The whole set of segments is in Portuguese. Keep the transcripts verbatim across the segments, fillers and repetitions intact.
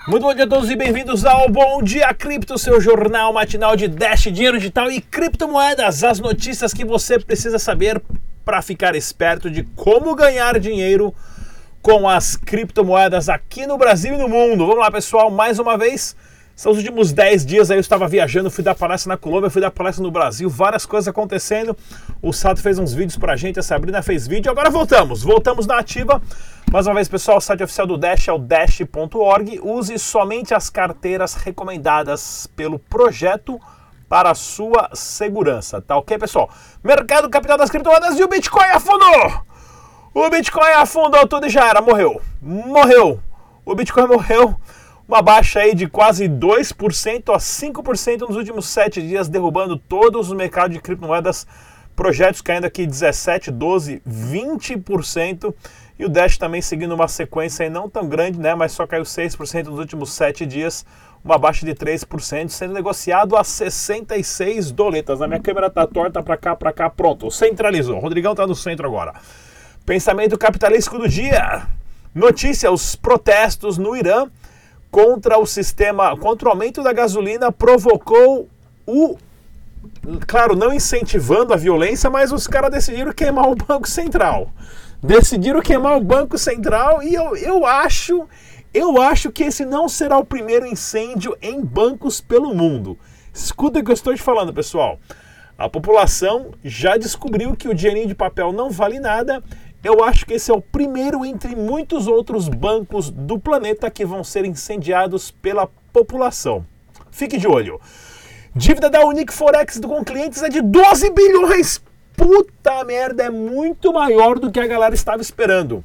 Muito bom dia a todos e bem-vindos ao Bom Dia Cripto, seu jornal matinal de Dash, dinheiro digital e criptomoedas. As notícias que você precisa saber para ficar esperto de como ganhar dinheiro com as criptomoedas aqui no Brasil e no mundo. Vamos lá, pessoal, mais uma vez. São os últimos dez dias aí eu estava viajando, fui dar palestra na Colômbia, fui dar palestra no Brasil, várias coisas acontecendo. O Sato fez uns vídeos pra gente, a Sabrina fez vídeo, agora voltamos, voltamos na ativa. Mais uma vez, pessoal, o site oficial do Dash é o dash ponto org. Use somente as carteiras recomendadas pelo projeto para a sua segurança, tá ok, pessoal? Mercado capital das criptomoedas e o Bitcoin afundou! O Bitcoin afundou tudo e já era, morreu, morreu. O Bitcoin morreu. Uma baixa aí de quase dois por cento a cinco por cento nos últimos sete dias, derrubando todos os mercados de criptomoedas, projetos caindo aqui dezessete, doze, vinte por cento. E o Dash também seguindo uma sequência aí não tão grande, né, mas só caiu seis por cento nos últimos sete dias, uma baixa de três por cento, sendo negociado a sessenta e seis doletas. A minha câmera tá torta para cá, para cá, pronto, centralizou. O Rodrigão tá no centro agora. Pensamento capitalístico do dia. Notícia, os protestos no Irã contra o sistema, contra o aumento da gasolina provocou o, claro, não incentivando a violência, mas os caras decidiram queimar o Banco Central. Decidiram queimar o Banco Central e eu, eu acho, eu acho que esse não será o primeiro incêndio em bancos pelo mundo. Escuta o que eu estou te falando, pessoal. A população já descobriu que o dinheirinho de papel não vale nada. Eu acho que esse é o primeiro entre muitos outros bancos do planeta que vão ser incendiados pela população. Fique de olho. Dívida da Unique Forex com clientes é de doze bilhões. Puta merda, é muito maior do que a galera estava esperando.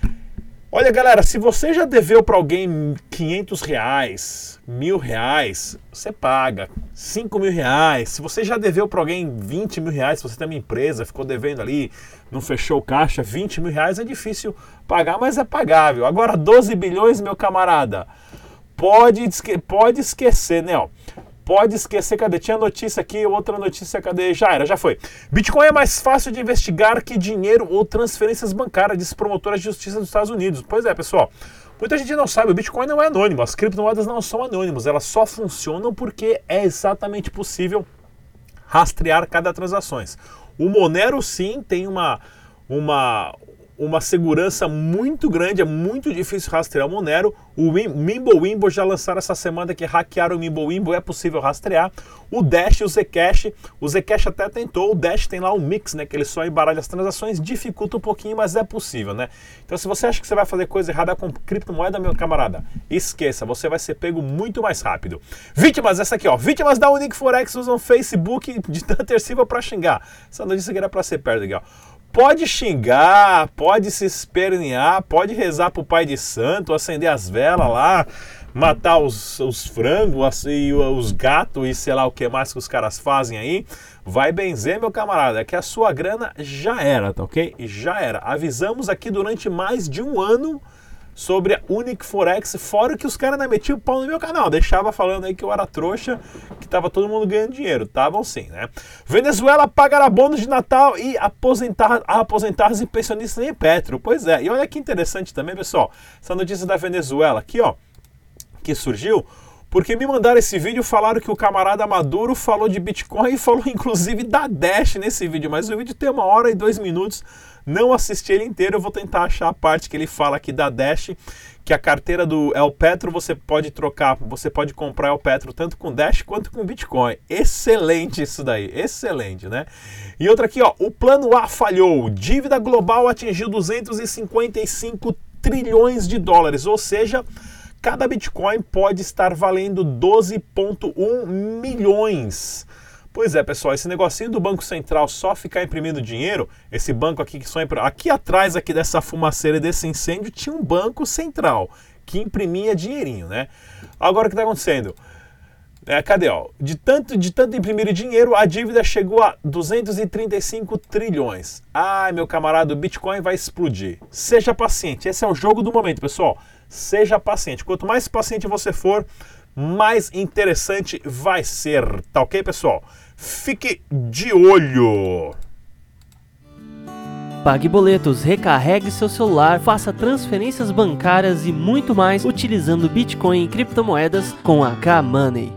Olha, galera, se você já deveu para alguém quinhentos reais, mil reais, você paga. cinco mil reais. Se você já deveu para alguém vinte mil reais, se você tem uma empresa, ficou devendo ali, não fechou o caixa, vinte mil reais é difícil pagar, mas é pagável. Agora, doze bilhões, meu camarada, pode, esque pode esquecer, né? Ó. Pode esquecer, cadê? Tinha notícia aqui, outra notícia, cadê? Já era, já foi. Bitcoin é mais fácil de investigar que dinheiro ou transferências bancárias, diz promotora de justiça dos Estados Unidos. Pois é, pessoal. Muita gente não sabe, o Bitcoin não é anônimo, as criptomoedas não são anônimos, elas só funcionam porque é exatamente possível rastrear cada transação. O Monero, sim, tem uma... uma uma segurança muito grande, é muito difícil rastrear o Monero. O Mimblewimble já lançaram essa semana que hackearam o Mimblewimble, é possível rastrear. O Dash e o Zcash, o Zcash até tentou, o Dash tem lá o Mix, né, que ele só embaralha as transações, dificulta um pouquinho, mas é possível, né? Então se você acha que você vai fazer coisa errada com criptomoeda, meu camarada, esqueça, você vai ser pego muito mais rápido. Vítimas, essa aqui, ó, vítimas da Unique Forex usam Facebook de tanta terciva para xingar. Essa notícia aqui era para ser perto aqui, ó. Pode xingar, pode se espernear, pode rezar pro pai de santo, acender as velas lá, matar os, os frangos e os gatos e sei lá o que mais que os caras fazem aí. Vai benzer, meu camarada, é que a sua grana já era, tá ok? Já era. Avisamos aqui durante mais de um ano sobre a Unique Forex, fora que os caras não metiam o pau no meu canal, deixava falando aí que eu era trouxa, que tava todo mundo ganhando dinheiro, estavam sim, né? Venezuela pagará bônus de Natal e aposentar, aposentados e pensionistas em Petro, pois é, e olha que interessante também, pessoal, essa notícia da Venezuela aqui, ó, que surgiu, porque me mandaram esse vídeo, falaram que o camarada Maduro falou de Bitcoin e falou inclusive da Dash nesse vídeo, mas o vídeo tem uma hora e dois minutos, não assisti ele inteiro, eu vou tentar achar a parte que ele fala aqui da Dash, que a carteira do El Petro você pode trocar, você pode comprar El Petro tanto com Dash quanto com Bitcoin. Excelente isso daí, excelente, né? E outra aqui, ó, o plano A falhou, dívida global atingiu duzentos e cinquenta e cinco trilhões de dólares, ou seja, cada Bitcoin pode estar valendo doze vírgula um milhões. Pois é, pessoal, esse negocinho do Banco Central só ficar imprimindo dinheiro, esse banco aqui que só imprime... Aqui atrás aqui dessa fumaceira desse incêndio tinha um banco central que imprimia dinheirinho, né? Agora o que está acontecendo? É, cadê, ó? De tanto, de tanto imprimir dinheiro, a dívida chegou a duzentos e trinta e cinco trilhões. Ai, meu camarada, o Bitcoin vai explodir. Seja paciente, esse é o jogo do momento, pessoal. Seja paciente. Quanto mais paciente você for, mais interessante vai ser. Tá ok, pessoal? Fique de olho! pague boletos, recarregue seu celular, faça transferências bancárias e muito mais utilizando Bitcoin e criptomoedas com a K-Money.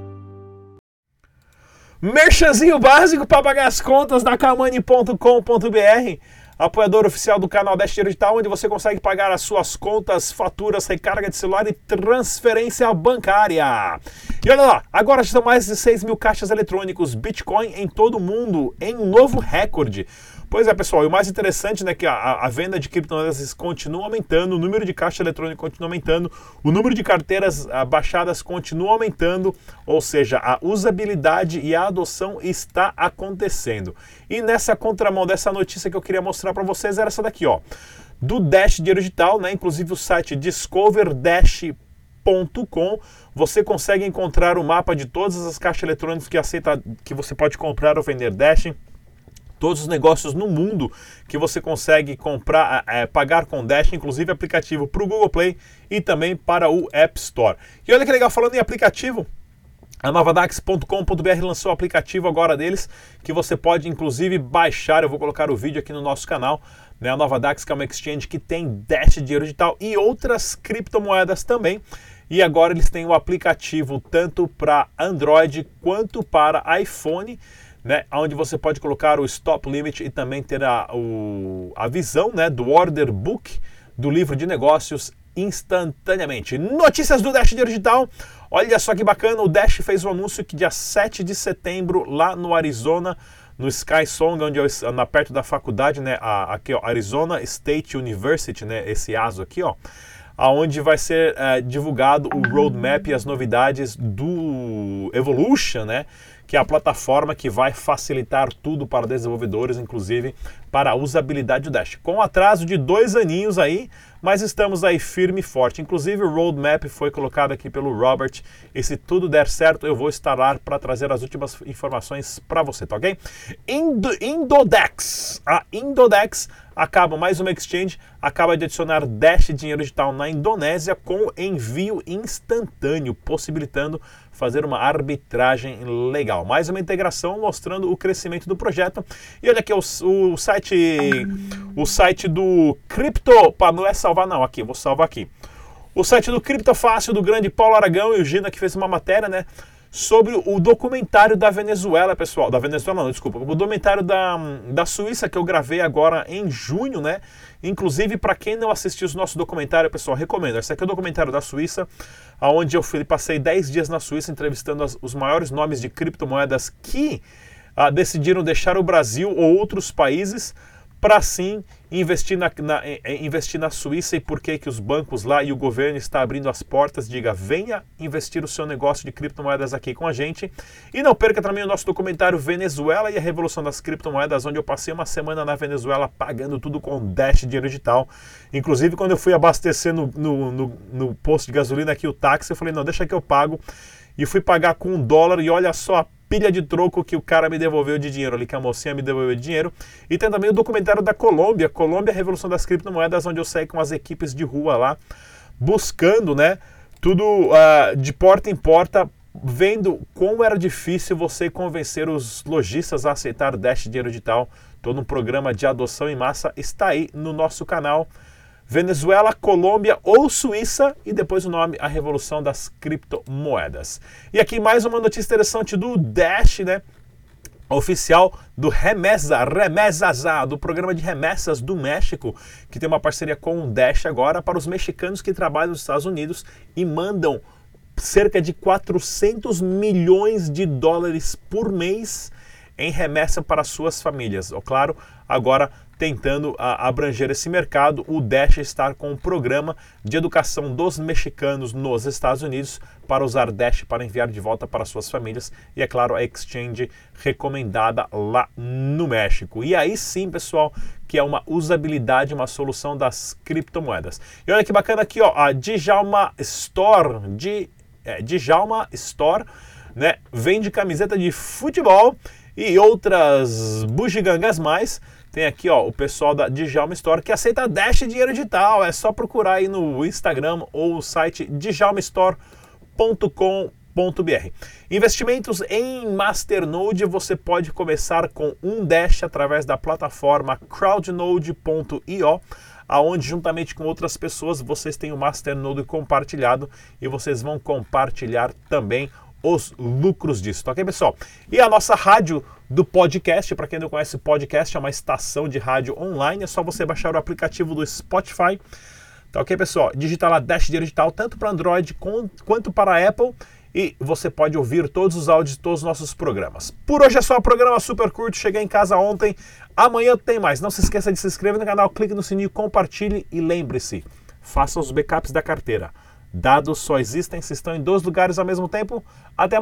Merchanzinho básico para pagar as contas da K Money ponto com ponto B R, apoiador oficial do canal Dash Dinheiro Digital, onde você consegue pagar as suas contas, faturas, recarga de celular e transferência bancária. E olha lá, agora já são mais de seis mil caixas eletrônicos Bitcoin em todo o mundo, em um novo recorde. Pois é, pessoal, e o mais interessante, né, que a, a venda de criptomoedas continua aumentando, o número de caixa eletrônico continua aumentando, o número de carteiras a, baixadas continua aumentando, ou seja, a usabilidade e a adoção está acontecendo. E nessa contramão dessa notícia que eu queria mostrar para vocês era essa daqui, ó, do Dash Dinheiro Digital, né, inclusive o site discover dash ponto com, você consegue encontrar o mapa de todas as caixas eletrônicas que aceita, que você pode comprar ou vender Dash, todos os negócios no mundo que você consegue comprar, é, pagar com Dash, inclusive aplicativo para o Google Play e também para o App Store. E olha que legal, falando em aplicativo, a Novadax ponto com ponto B R lançou o aplicativo agora deles, que você pode inclusive baixar. Eu vou colocar o vídeo aqui no nosso canal, né? A Novadax, que é uma exchange que tem Dash Dinheiro Digital e outras criptomoedas também. E agora eles têm o aplicativo tanto para Android quanto para iPhone, né, onde você pode colocar o stop limit e também ter a, o, a visão, né, do order book do livro de negócios instantaneamente. Notícias do Dash Dinheiro Digital. Olha só que bacana, o Dash fez um anúncio que dia sete de setembro lá no Arizona, no Sky Song, onde eu, na perto da faculdade, né, a, aqui ó, Arizona State University, né, esse A S O aqui, ó, aonde vai ser é, divulgado o roadmap e as novidades do Evolution, né, que é a plataforma que vai facilitar tudo para desenvolvedores, inclusive para a usabilidade do Dash. Com atraso de dois aninhos aí, mas estamos aí firme e forte. Inclusive o roadmap foi colocado aqui pelo Robert, e se tudo der certo eu vou estar lá para trazer as últimas informações para você, tá ok? Indo, Indodex, a Indodex acaba, mais uma exchange, acaba de adicionar Dash Dinheiro Digital na Indonésia com envio instantâneo, possibilitando fazer uma arbitragem legal. Mais uma integração mostrando o crescimento do projeto. E olha aqui o, o site o site do Cripto, para não é salvar não, aqui, vou salvar aqui. O site do Cripto Fácil, do grande Paulo Aragão e o Gina, que fez uma matéria, né, sobre o documentário da Venezuela, pessoal. Da Venezuela não, desculpa. O documentário da, da Suíça que eu gravei agora em junho, né? Inclusive, para quem não assistiu o nosso documentário, pessoal, recomendo. Esse aqui é o documentário da Suíça, onde eu fui, passei dez dias na Suíça entrevistando as, os maiores nomes de criptomoedas que ah, decidiram deixar o Brasil ou outros países para sim investir na, na, investir na Suíça, e por que que os bancos lá e o governo está abrindo as portas. Diga, venha investir o seu negócio de criptomoedas aqui com a gente. E não perca também o nosso documentário Venezuela e a Revolução das Criptomoedas, onde eu passei uma semana na Venezuela pagando tudo com Dash Dinheiro Digital. Inclusive, quando eu fui abastecer no, no, no, no posto de gasolina aqui, o táxi, eu falei, não, deixa que eu pago. E fui pagar com um dólar, e olha só a pilha de troco que o cara me devolveu de dinheiro ali, que a mocinha me devolveu de dinheiro. E tem também o documentário da Colômbia, Colômbia, a Revolução das Criptomoedas, onde eu saí com as equipes de rua lá, buscando, né, tudo uh, de porta em porta, vendo como era difícil você convencer os lojistas a aceitar Dash Dinheiro Digital. Todo um programa de adoção em massa está aí no nosso canal. Venezuela, Colômbia ou Suíça, e depois o nome, a Revolução das Criptomoedas. E aqui mais uma notícia interessante do Dash, né? Oficial do Remessa, Remessas, do programa de remessas do México, que tem uma parceria com o Dash agora para os mexicanos que trabalham nos Estados Unidos e mandam cerca de quatrocentos milhões de dólares por mês em remessa para suas famílias. Claro, agora tentando a, abranger esse mercado, o Dash está com um programa de educação dos mexicanos nos Estados Unidos para usar Dash para enviar de volta para suas famílias, e é claro, a exchange recomendada lá no México. E aí sim, pessoal, que é uma usabilidade, uma solução das criptomoedas. E olha que bacana aqui, ó, a Djalma Store, de, é, Djalma Store, né, vende camiseta de futebol e outras bugigangas mais. Tem aqui, ó, o pessoal da Djalma Store que aceita Dash Dinheiro Digital. É só procurar aí no Instagram ou o site djalma store ponto com ponto b r. Investimentos em Masternode, você pode começar com um Dash através da plataforma crowdnode ponto i o, aonde juntamente com outras pessoas vocês têm o Masternode compartilhado e vocês vão compartilhar também os lucros disso, tá ok, pessoal? E a nossa rádio do podcast, para quem não conhece, o podcast é uma estação de rádio online, é só você baixar o aplicativo do Spotify, tá ok, pessoal? Digita lá Dash Dinheiro Digital, tanto para Android quanto para a Apple, e você pode ouvir todos os áudios de todos os nossos programas. Por hoje é só, programa super curto, cheguei em casa ontem, amanhã tem mais. Não se esqueça de se inscrever no canal, clique no sininho, compartilhe e lembre-se, faça os backups da carteira. Dados só existem se estão em dois lugares ao mesmo tempo. Até